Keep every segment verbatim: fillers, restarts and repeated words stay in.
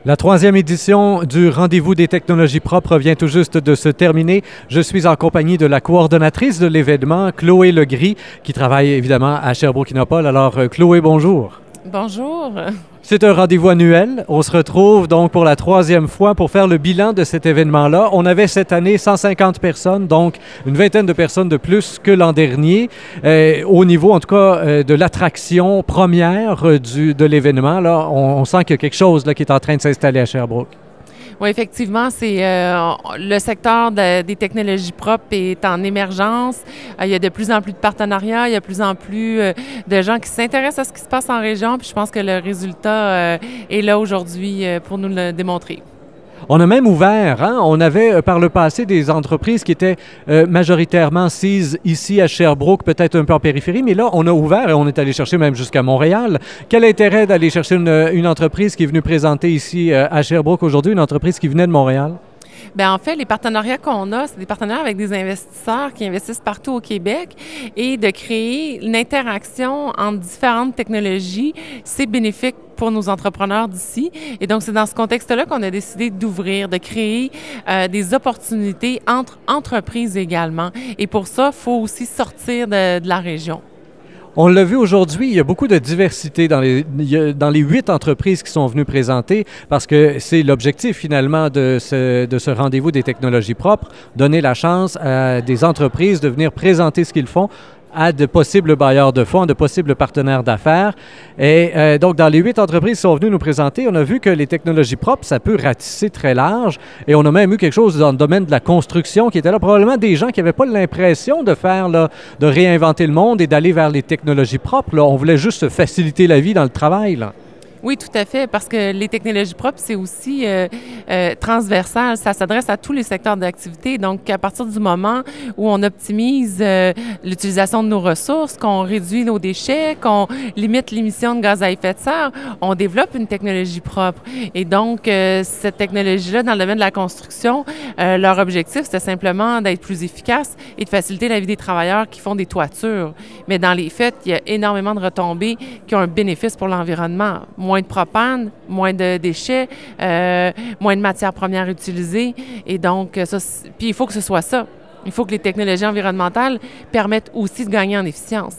La troisième édition du Rendez-vous des technologies propres vient tout juste de se terminer. Je suis en compagnie de la coordonnatrice de l'événement, Chloé Legris, qui travaille évidemment à Sherbrooke-Innopol. Alors, euh, Chloé, bonjour. Bonjour. C'est un rendez-vous annuel. On se retrouve donc pour la troisième fois pour faire le bilan de cet événement-là. On avait cette année cent cinquante personnes, donc une vingtaine de personnes de plus que l'an dernier, euh, au niveau en tout cas euh, de l'attraction première euh, du, de l'événement. Là, on, on sent qu'il y a quelque chose là, qui est en train de s'installer à Sherbrooke. Oui, effectivement, c'est euh, le secteur de, des technologies propres est en émergence. Euh, il y a de plus en plus de partenariats, il y a de plus en plus euh, de gens qui s'intéressent à ce qui se passe en région. Puis je pense que le résultat euh, est là aujourd'hui euh, pour nous le démontrer. On a même ouvert, hein? On avait euh, par le passé des entreprises qui étaient euh, majoritairement sises ici à Sherbrooke, peut-être un peu en périphérie, mais là, on a ouvert et on est allé chercher même jusqu'à Montréal. Quel intérêt d'aller chercher une, une entreprise qui est venue présenter ici euh, à Sherbrooke aujourd'hui, une entreprise qui venait de Montréal? Bien, en fait, les partenariats qu'on a, c'est des partenariats avec des investisseurs qui investissent partout au Québec et de créer une interaction entre différentes technologies, c'est bénéfique pour nos entrepreneurs d'ici. Et donc, c'est dans ce contexte-là qu'on a décidé d'ouvrir, de créer euh, des opportunités entre entreprises également. Et pour ça, il faut aussi sortir de, de la région. On l'a vu aujourd'hui, il y a beaucoup de diversité dans les, dans les huit entreprises qui sont venues présenter parce que c'est l'objectif finalement de ce, de ce rendez-vous des technologies propres, donner la chance à des entreprises de venir présenter ce qu'ils font à de possibles bailleurs de fonds, de possibles partenaires d'affaires. Et euh, donc, dans les huit entreprises qui sont venues nous présenter, on a vu que les technologies propres, ça peut ratisser très large. Et on a même eu quelque chose dans le domaine de la construction qui était là. Probablement des gens qui n'avaient pas l'impression de faire, là, de réinventer le monde et d'aller vers les technologies propres. Là. On voulait juste se faciliter la vie dans le travail, là. Oui, tout à fait, parce que les technologies propres, c'est aussi euh, euh, transversal. Ça s'adresse à tous les secteurs d'activité. Donc, à partir du moment où on optimise euh, l'utilisation de nos ressources, qu'on réduit nos déchets, qu'on limite l'émission de gaz à effet de serre, on développe une technologie propre. Et donc, euh, cette technologie-là, dans le domaine de la construction, euh, leur objectif, c'est simplement d'être plus efficace et de faciliter la vie des travailleurs qui font des toitures. Mais dans les faits, il y a énormément de retombées qui ont un bénéfice pour l'environnement. Moins de propane, moins de déchets, euh, moins de matières premières utilisées. Et donc, ça, puis il faut que ce soit ça. Il faut que les technologies environnementales permettent aussi de gagner en efficience.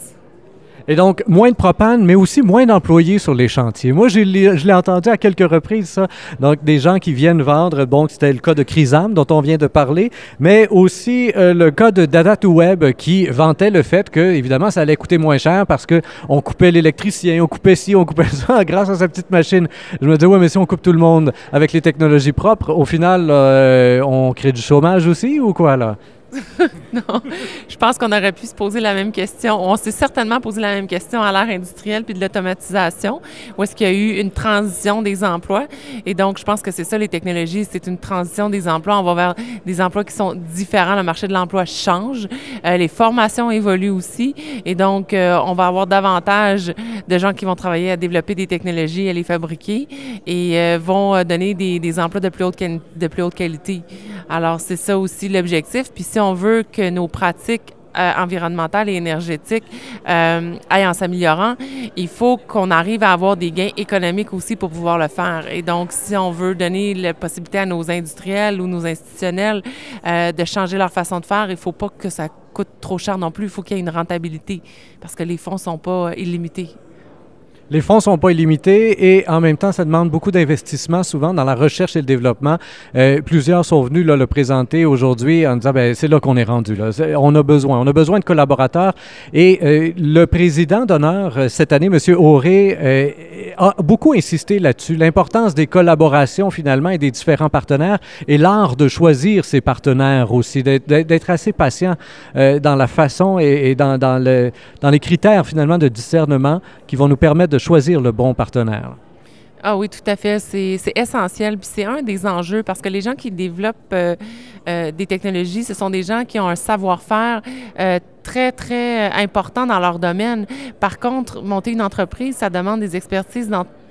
Et donc, moins de propane, mais aussi moins d'employés sur les chantiers. Moi, je l'ai, je l'ai entendu à quelques reprises, ça. Donc, des gens qui viennent vendre, bon, c'était le cas de Crisam, dont on vient de parler, mais aussi euh, le cas de Data2Web qui vantait le fait que, évidemment, ça allait coûter moins cher parce qu'on coupait l'électricien, on coupait ci, on coupait ça grâce à sa petite machine. Je me disais, ouais, mais si on coupe tout le monde avec les technologies propres, au final, euh, on crée du chômage aussi ou quoi, là? Non, je pense qu'on aurait pu se poser la même question. On s'est certainement posé la même question à l'ère industrielle puis de l'automatisation, où est-ce qu'il y a eu une transition des emplois. Et donc, je pense que c'est ça, les technologies, c'est une transition des emplois. On va vers des emplois qui sont différents. Le marché de l'emploi change. Euh, les formations évoluent aussi. Et donc, euh, on va avoir davantage de gens qui vont travailler à développer des technologies, à les fabriquer et euh, vont donner des, des emplois de plus haute, de plus haute qualité. Alors, c'est ça aussi l'objectif. Puis si on veut que nos pratiques euh, environnementales et énergétiques euh, aillent en s'améliorant, il faut qu'on arrive à avoir des gains économiques aussi pour pouvoir le faire. Et donc, si on veut donner la possibilité à nos industriels ou nos institutionnels euh, de changer leur façon de faire, il ne faut pas que ça coûte trop cher non plus. Il faut qu'il y ait une rentabilité parce que les fonds ne sont pas illimités. Les fonds ne sont pas illimités et en même temps, ça demande beaucoup d'investissement souvent dans la recherche et le développement. Euh, plusieurs sont venus là, le présenter aujourd'hui en disant ben, c'est là qu'on est rendu. Là. C'est, on a besoin. On a besoin de collaborateurs. Et euh, le président d'honneur euh, cette année, M. Auré, euh, a beaucoup insisté là-dessus. L'importance des collaborations finalement et des différents partenaires et l'art de choisir ses partenaires aussi, d'être, d'être assez patient euh, dans la façon et, et dans, dans, le, dans les critères finalement de discernement qui vont nous permettre de choisir le bon partenaire. Ah oui, tout à fait. C'est, c'est essentiel. Puis c'est un des enjeux parce que les gens qui développent euh, euh, des technologies, ce sont des gens qui ont un savoir-faire euh, très, très important dans leur domaine. Par contre, monter une entreprise, ça demande des expertises dans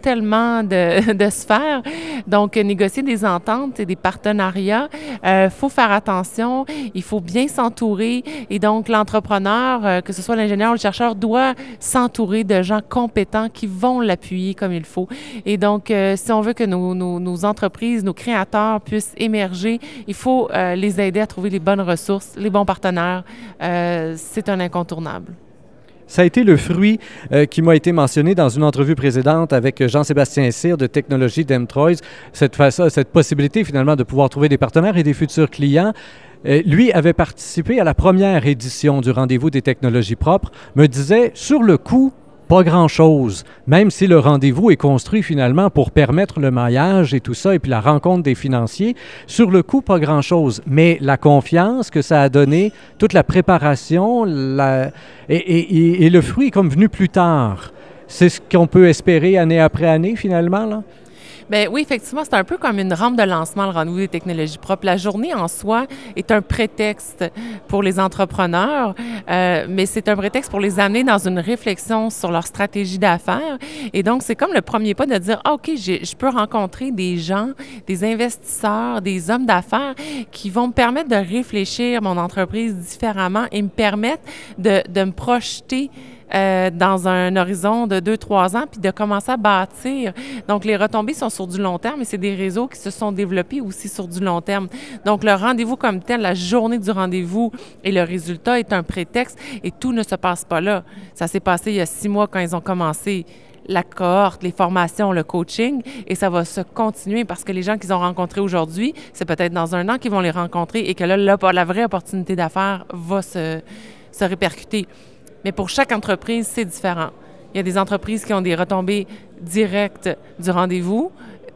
tellement de, de sphères. Donc, négocier des ententes et des partenariats, il euh, faut faire attention, il faut bien s'entourer. Et donc, l'entrepreneur, euh, que ce soit l'ingénieur ou le chercheur, doit s'entourer de gens compétents qui vont l'appuyer comme il faut. Et donc, euh, si on veut que nos, nos, nos entreprises, nos créateurs puissent émerger, il faut euh, les aider à trouver les bonnes ressources, les bons partenaires. Euh, c'est un incontournable. Ça a été le fruit euh, qui m'a été mentionné dans une entrevue précédente avec Jean-Sébastien Cyr de Technologie d'Emtroys, cette, cette possibilité finalement de pouvoir trouver des partenaires et des futurs clients. Euh, lui avait participé à la première édition du Rendez-vous des technologies propres, me disait sur le coup, pas grand-chose, même si le rendez-vous est construit finalement pour permettre le maillage et tout ça, et puis la rencontre des financiers. Sur le coup, pas grand-chose, mais la confiance que ça a donné, toute la préparation, la... Et, et, et le fruit est comme venu plus tard. C'est ce qu'on peut espérer année après année, finalement, là? Bien, oui, effectivement, c'est un peu comme une rampe de lancement, le rendez-vous des technologies propres. La journée en soi est un prétexte pour les entrepreneurs, euh, mais c'est un prétexte pour les amener dans une réflexion sur leur stratégie d'affaires. Et donc, c'est comme le premier pas de dire, ah, OK, j'ai, je peux rencontrer des gens, des investisseurs, des hommes d'affaires qui vont me permettre de réfléchir mon entreprise différemment et me permettre de, de me projeter Euh, dans un horizon de deux, trois ans, puis de commencer à bâtir. Donc, les retombées sont sur du long terme, mais c'est des réseaux qui se sont développés aussi sur du long terme. Donc, le rendez-vous comme tel, la journée du rendez-vous et le résultat est un prétexte et tout ne se passe pas là. Ça s'est passé il y a six mois quand ils ont commencé la cohorte, les formations, le coaching, et ça va se continuer parce que les gens qu'ils ont rencontrés aujourd'hui, c'est peut-être dans un an qu'ils vont les rencontrer et que là, là la vraie opportunité d'affaires va se, se répercuter. Mais pour chaque entreprise, c'est différent. Il y a des entreprises qui ont des retombées directes du rendez-vous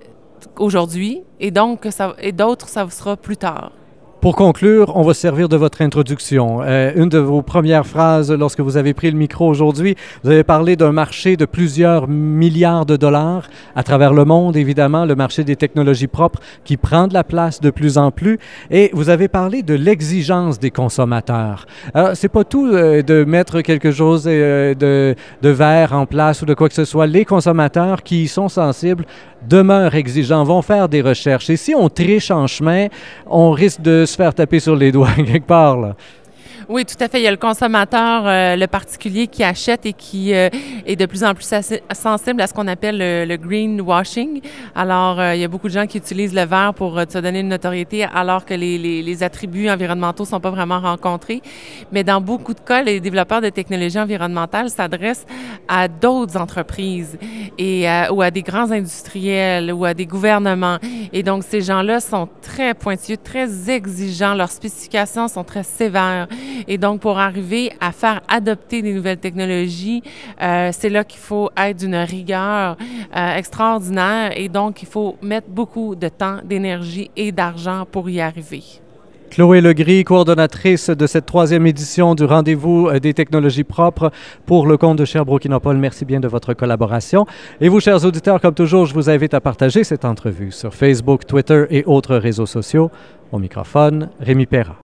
aujourd'hui et donc ça, et d'autres, ça sera plus tard. Pour conclure, on va se servir de votre introduction. Euh, une de vos premières phrases lorsque vous avez pris le micro aujourd'hui, vous avez parlé d'un marché de plusieurs milliards de dollars à travers le monde, évidemment, le marché des technologies propres qui prend de la place de plus en plus. Et vous avez parlé de l'exigence des consommateurs. Alors, c'est pas tout euh, de mettre quelque chose euh, de, de vert en place ou de quoi que ce soit. Les consommateurs qui y sont sensibles demeurent exigeants, vont faire des recherches. Et si on triche en chemin, on risque de se faire taper sur les doigts quelque part, là. Oui, tout à fait. Il y a le consommateur, euh, le particulier qui achète et qui euh, est de plus en plus sensible à ce qu'on appelle le, le greenwashing. Alors, euh, il y a beaucoup de gens qui utilisent le vert pour euh, se donner une notoriété alors que les, les, les attributs environnementaux ne sont pas vraiment rencontrés. Mais dans beaucoup de cas, les développeurs de technologies environnementales s'adressent à d'autres entreprises et à, ou à des grands industriels ou à des gouvernements. Et donc, ces gens-là sont très pointilleux, très exigeants. Leurs spécifications sont très sévères. Et donc, pour arriver à faire adopter des nouvelles technologies, euh, c'est là qu'il faut être d'une rigueur euh, extraordinaire. Et donc, il faut mettre beaucoup de temps, d'énergie et d'argent pour y arriver. Chloé Legris, coordonnatrice de cette troisième édition du Rendez-vous des technologies propres pour le compte de Sherbrooke Innopol. Merci bien de votre collaboration. Et vous, chers auditeurs, comme toujours, je vous invite à partager cette entrevue sur Facebook, Twitter et autres réseaux sociaux. Au microphone, Rémi Perra.